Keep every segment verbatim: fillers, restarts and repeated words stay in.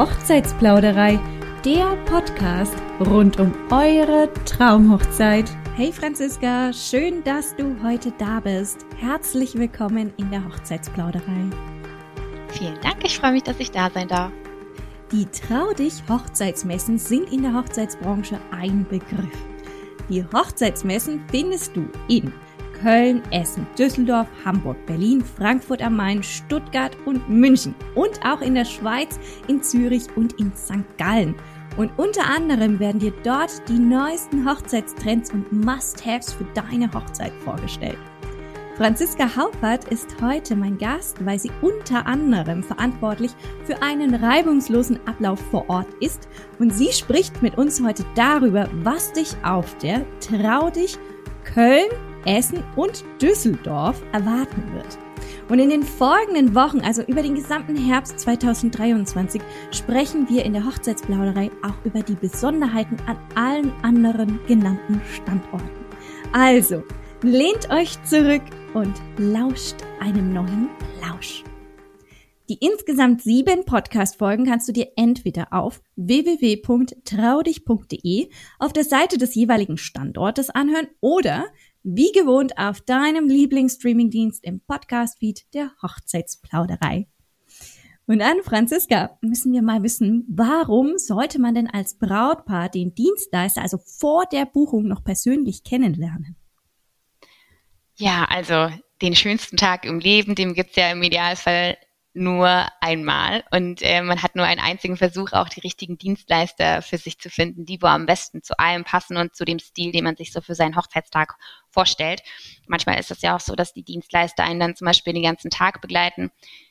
Hochzeitsplauderei, der Podcast rund um eure Traumhochzeit. Hey Franziska, schön, dass du heute da bist. Herzlich willkommen in der Hochzeitsplauderei. Vielen Dank, ich freue mich, dass ich da sein darf. Die Trau-dich-Hochzeitsmessen sind in der Hochzeitsbranche ein Begriff. Die Hochzeitsmessen findest du in Köln, Essen, Düsseldorf, Hamburg, Berlin, Frankfurt am Main, Stuttgart und München und auch in der Schweiz, in Zürich und in Sankt Gallen. Und unter anderem werden dir dort die neuesten Hochzeitstrends und Must-Haves für deine Hochzeit vorgestellt. Franziska Haupert ist heute mein Gast, weil sie unter anderem verantwortlich für einen reibungslosen Ablauf vor Ort ist und sie spricht mit uns heute darüber, was dich auf der Trau dich Köln, Essen und Düsseldorf erwarten wird. Und in den folgenden Wochen, also über den gesamten Herbst zweitausenddreiundzwanzig, sprechen wir in der Hochzeitsplauderei auch über die Besonderheiten an allen anderen genannten Standorten. Also, lehnt euch zurück und lauscht einem neuen Lausch. Die insgesamt sieben Podcast-Folgen kannst du dir entweder auf w w w punkt traudich punkt d e auf der Seite des jeweiligen Standortes anhören oder wie gewohnt auf deinem Lieblingsstreamingdienst im Podcast-Feed der Hochzeitsplauderei. Und dann, Franziska, müssen wir mal wissen, warum sollte man denn als Brautpaar den Dienstleister, also vor der Buchung, noch persönlich kennenlernen? Ja, also den schönsten Tag im Leben, den gibt's ja im Idealfall nur einmal und äh, man hat nur einen einzigen Versuch, auch die richtigen Dienstleister für sich zu finden, die wo am besten zu allem passen und zu dem Stil, den man sich so für seinen Hochzeitstag vorstellt. Manchmal ist es ja auch so, dass die Dienstleister einen dann zum Beispiel den ganzen Tag begleiten.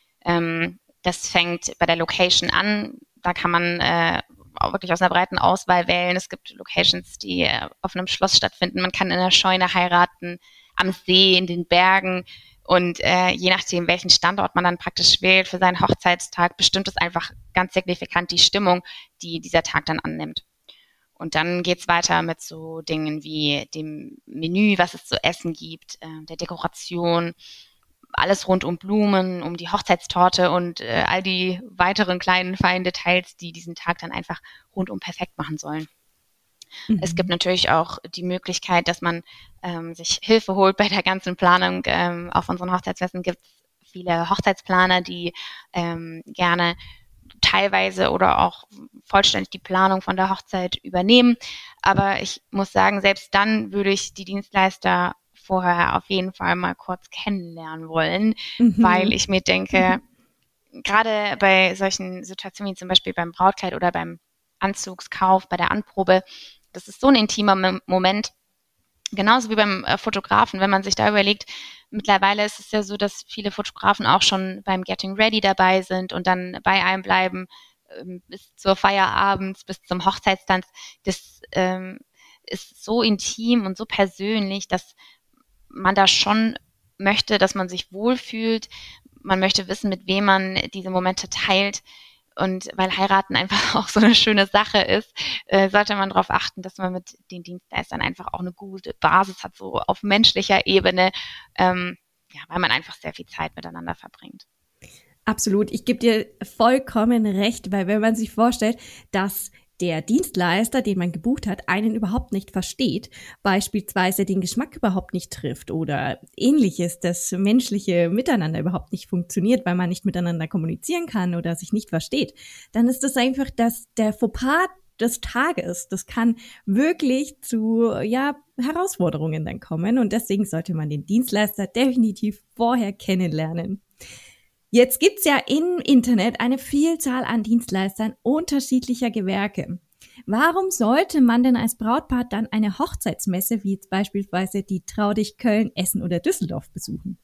Ähm, das fängt bei der Location an, da kann man äh, auch wirklich aus einer breiten Auswahl wählen. Es gibt Locations, die äh, auf einem Schloss stattfinden. Man kann in einer Scheune heiraten, am See, in den Bergen. Und äh, je nachdem, welchen Standort man dann praktisch wählt für seinen Hochzeitstag, bestimmt es einfach ganz signifikant die Stimmung, die dieser Tag dann annimmt. Und dann geht's weiter mit so Dingen wie dem Menü, was es zu essen gibt, äh, der Dekoration, alles rund um Blumen, um die Hochzeitstorte und äh, all die weiteren kleinen, feinen Details, die diesen Tag dann einfach rundum perfekt machen sollen. Mhm. Es gibt natürlich auch die Möglichkeit, dass man ähm, sich Hilfe holt bei der ganzen Planung. Ähm, auf unseren Hochzeitsmessen gibt es viele Hochzeitsplaner, die ähm, gerne teilweise oder auch vollständig die Planung von der Hochzeit übernehmen. Aber ich muss sagen, selbst dann würde ich die Dienstleister vorher auf jeden Fall mal kurz kennenlernen wollen, mhm. weil ich mir denke, mhm. gerade bei solchen Situationen wie zum Beispiel beim Brautkleid oder beim Anzugskauf, bei der Anprobe, das ist so ein intimer Moment, genauso wie beim äh, Fotografen, wenn man sich da überlegt, mittlerweile ist es ja so, dass viele Fotografen auch schon beim Getting Ready dabei sind und dann bei einem bleiben ähm, bis zur Feier abends, bis zum Hochzeitstanz. Das ähm, ist so intim und so persönlich, dass man da schon möchte, dass man sich wohlfühlt. Man möchte wissen, mit wem man diese Momente teilt. Und weil Heiraten einfach auch so eine schöne Sache ist, äh, sollte man darauf achten, dass man mit den Dienstleistern einfach auch eine gute Basis hat, so auf menschlicher Ebene, ähm, ja, weil man einfach sehr viel Zeit miteinander verbringt. Absolut, ich gebe dir vollkommen recht, weil wenn man sich vorstellt, dass der Dienstleister, den man gebucht hat, einen überhaupt nicht versteht, beispielsweise den Geschmack überhaupt nicht trifft oder ähnliches, das menschliche Miteinander überhaupt nicht funktioniert, weil man nicht miteinander kommunizieren kann oder sich nicht versteht, dann ist das einfach das, der Fauxpas des Tages. Das kann wirklich zu, ja, Herausforderungen dann kommen und deswegen sollte man den Dienstleister definitiv vorher kennenlernen. Jetzt gibt's ja im Internet eine Vielzahl an Dienstleistern unterschiedlicher Gewerke. Warum sollte man denn als Brautpaar dann eine Hochzeitsmesse wie beispielsweise die Trau dich Köln, Essen oder Düsseldorf besuchen?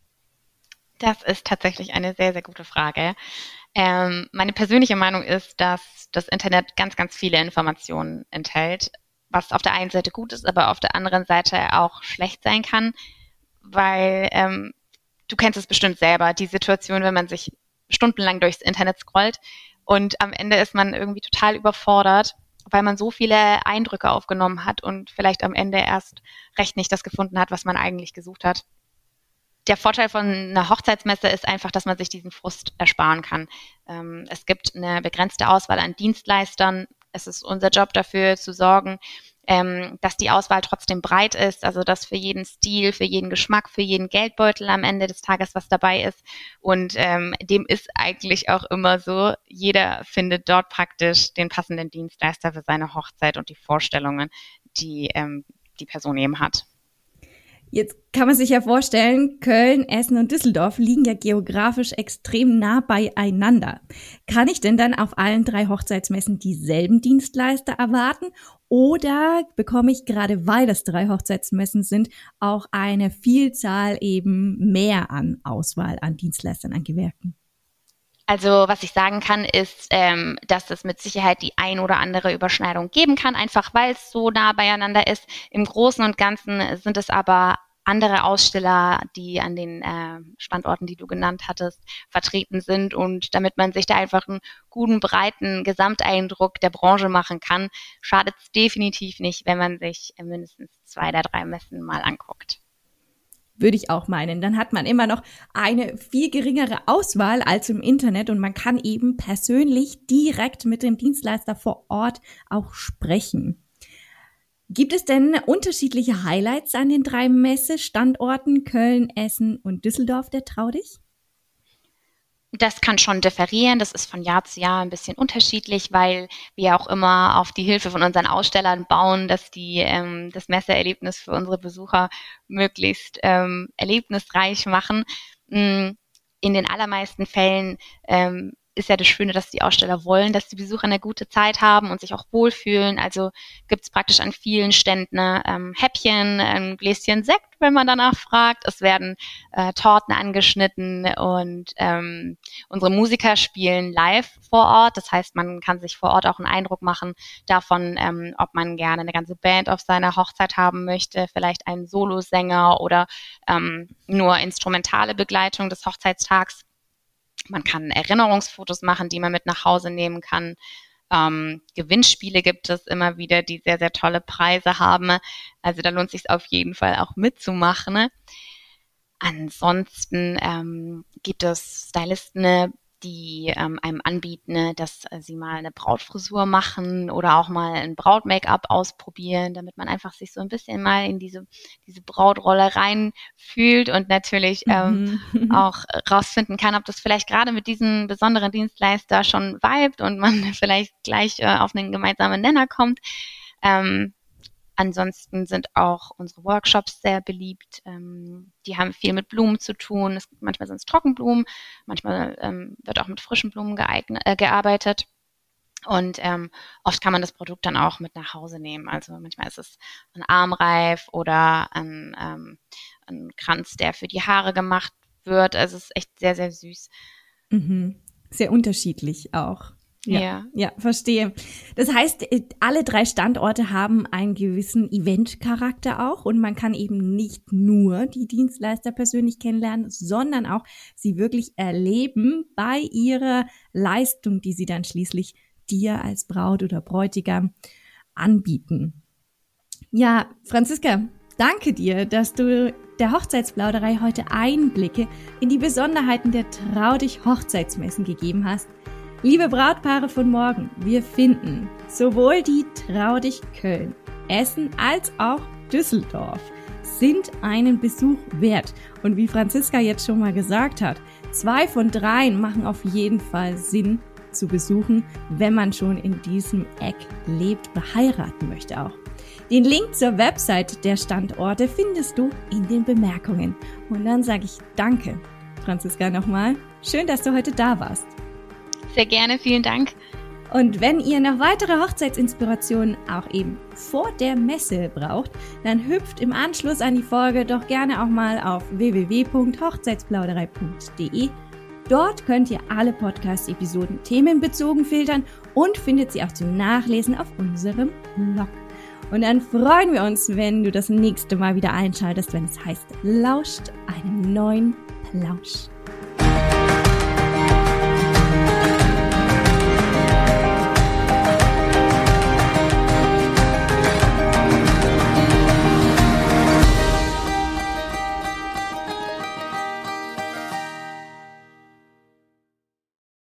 Das ist tatsächlich eine sehr, sehr gute Frage. Ähm, meine persönliche Meinung ist, dass das Internet ganz, ganz viele Informationen enthält, was auf der einen Seite gut ist, aber auf der anderen Seite auch schlecht sein kann, weil ähm, du kennst es bestimmt selber, die Situation, wenn man sich stundenlang durchs Internet scrollt und am Ende ist man irgendwie total überfordert, weil man so viele Eindrücke aufgenommen hat und vielleicht am Ende erst recht nicht das gefunden hat, was man eigentlich gesucht hat. Der Vorteil von einer Hochzeitsmesse ist einfach, dass man sich diesen Frust ersparen kann. Ähm, es gibt eine begrenzte Auswahl an Dienstleistern. Es ist unser Job dafür zu sorgen, ähm, dass die Auswahl trotzdem breit ist, also dass für jeden Stil, für jeden Geschmack, für jeden Geldbeutel am Ende des Tages was dabei ist. Und ähm, dem ist eigentlich auch immer so. Jeder findet dort praktisch den passenden Dienstleister für seine Hochzeit und die Vorstellungen, die ähm, die Person eben hat. Jetzt kann man sich ja vorstellen, Köln, Essen und Düsseldorf liegen ja geografisch extrem nah beieinander. Kann ich denn dann auf allen drei Hochzeitsmessen dieselben Dienstleister erwarten? Oder bekomme ich, gerade weil es drei Hochzeitsmessen sind, auch eine Vielzahl eben mehr an Auswahl an Dienstleistern, an Gewerken? Also was ich sagen kann, ist, ähm, dass es mit Sicherheit die ein oder andere Überschneidung geben kann, einfach weil es so nah beieinander ist. Im Großen und Ganzen sind es aber andere Aussteller, die an den äh, Standorten, die du genannt hattest, vertreten sind. Und damit man sich da einfach einen guten, breiten Gesamteindruck der Branche machen kann, schadet es definitiv nicht, wenn man sich mindestens zwei der drei Messen mal anguckt. Würde ich auch meinen. Dann hat man immer noch eine viel geringere Auswahl als im Internet und man kann eben persönlich direkt mit dem Dienstleister vor Ort auch sprechen. Gibt es denn unterschiedliche Highlights an den drei Messestandorten Köln, Essen und Düsseldorf der Trau dich? Das kann schon differieren, das ist von Jahr zu Jahr ein bisschen unterschiedlich, weil wir auch immer auf die Hilfe von unseren Ausstellern bauen, dass die ähm, das Messeerlebnis für unsere Besucher möglichst ähm, erlebnisreich machen. In den allermeisten Fällen ähm, ist ja das Schöne, dass die Aussteller wollen, dass die Besucher eine gute Zeit haben und sich auch wohlfühlen. Also gibt es praktisch an vielen Ständen ähm, Häppchen, ein Gläschen Sekt, wenn man danach fragt. Es werden äh, Torten angeschnitten und ähm, unsere Musiker spielen live vor Ort. Das heißt, man kann sich vor Ort auch einen Eindruck machen davon, ähm, ob man gerne eine ganze Band auf seiner Hochzeit haben möchte, vielleicht einen Solosänger oder ähm, nur instrumentale Begleitung des Hochzeitstags. Man kann Erinnerungsfotos machen, die man mit nach Hause nehmen kann. Ähm, Gewinnspiele gibt es immer wieder, die sehr, sehr tolle Preise haben. Also da lohnt es sich auf jeden Fall auch mitzumachen. Ne? Ansonsten ähm, gibt es Stylisten, die ähm, einem anbieten, dass äh, sie mal eine Brautfrisur machen oder auch mal ein Braut-Make-up ausprobieren, damit man einfach sich so ein bisschen mal in diese diese Brautrolle reinfühlt und natürlich ähm, mhm. auch rausfinden kann, ob das vielleicht gerade mit diesem besonderen Dienstleister schon vibet und man vielleicht gleich äh, auf einen gemeinsamen Nenner kommt. Ähm, Ansonsten sind auch unsere Workshops sehr beliebt. Ähm, die haben viel mit Blumen zu tun. Es, manchmal sind es Trockenblumen, manchmal ähm, wird auch mit frischen Blumen geeignet, äh, gearbeitet. Und ähm, oft kann man das Produkt dann auch mit nach Hause nehmen. Also manchmal ist es ein Armreif oder ein, ähm, ein Kranz, der für die Haare gemacht wird. Also es ist echt sehr, sehr süß. Mhm. Sehr unterschiedlich auch. Ja, ja, ja, verstehe. Das heißt, alle drei Standorte haben einen gewissen Event-Charakter auch und man kann eben nicht nur die Dienstleister persönlich kennenlernen, sondern auch sie wirklich erleben bei ihrer Leistung, die sie dann schließlich dir als Braut oder Bräutigam anbieten. Ja, Franziska, danke dir, dass du der Hochzeitsplauderei heute Einblicke in die Besonderheiten der Trau dich Hochzeitsmessen gegeben hast. Liebe Brautpaare von morgen, wir finden sowohl die Trau dich Köln, Essen als auch Düsseldorf sind einen Besuch wert. Und wie Franziska jetzt schon mal gesagt hat, zwei von dreien machen auf jeden Fall Sinn zu besuchen, wenn man schon in diesem Eck lebt oder heiraten möchte auch. Den Link zur Website der Standorte findest du in den Bemerkungen. Und dann sage ich danke, Franziska, nochmal. Schön, dass du heute da warst. Sehr gerne, vielen Dank. Und wenn ihr noch weitere Hochzeitsinspirationen auch eben vor der Messe braucht, dann hüpft im Anschluss an die Folge doch gerne auch mal auf w w w punkt hochzeitsplauderei punkt d e. Dort könnt ihr alle Podcast-Episoden themenbezogen filtern und findet sie auch zum Nachlesen auf unserem Blog. Und dann freuen wir uns, wenn du das nächste Mal wieder einschaltest, wenn es heißt, lauscht einem neuen Plausch.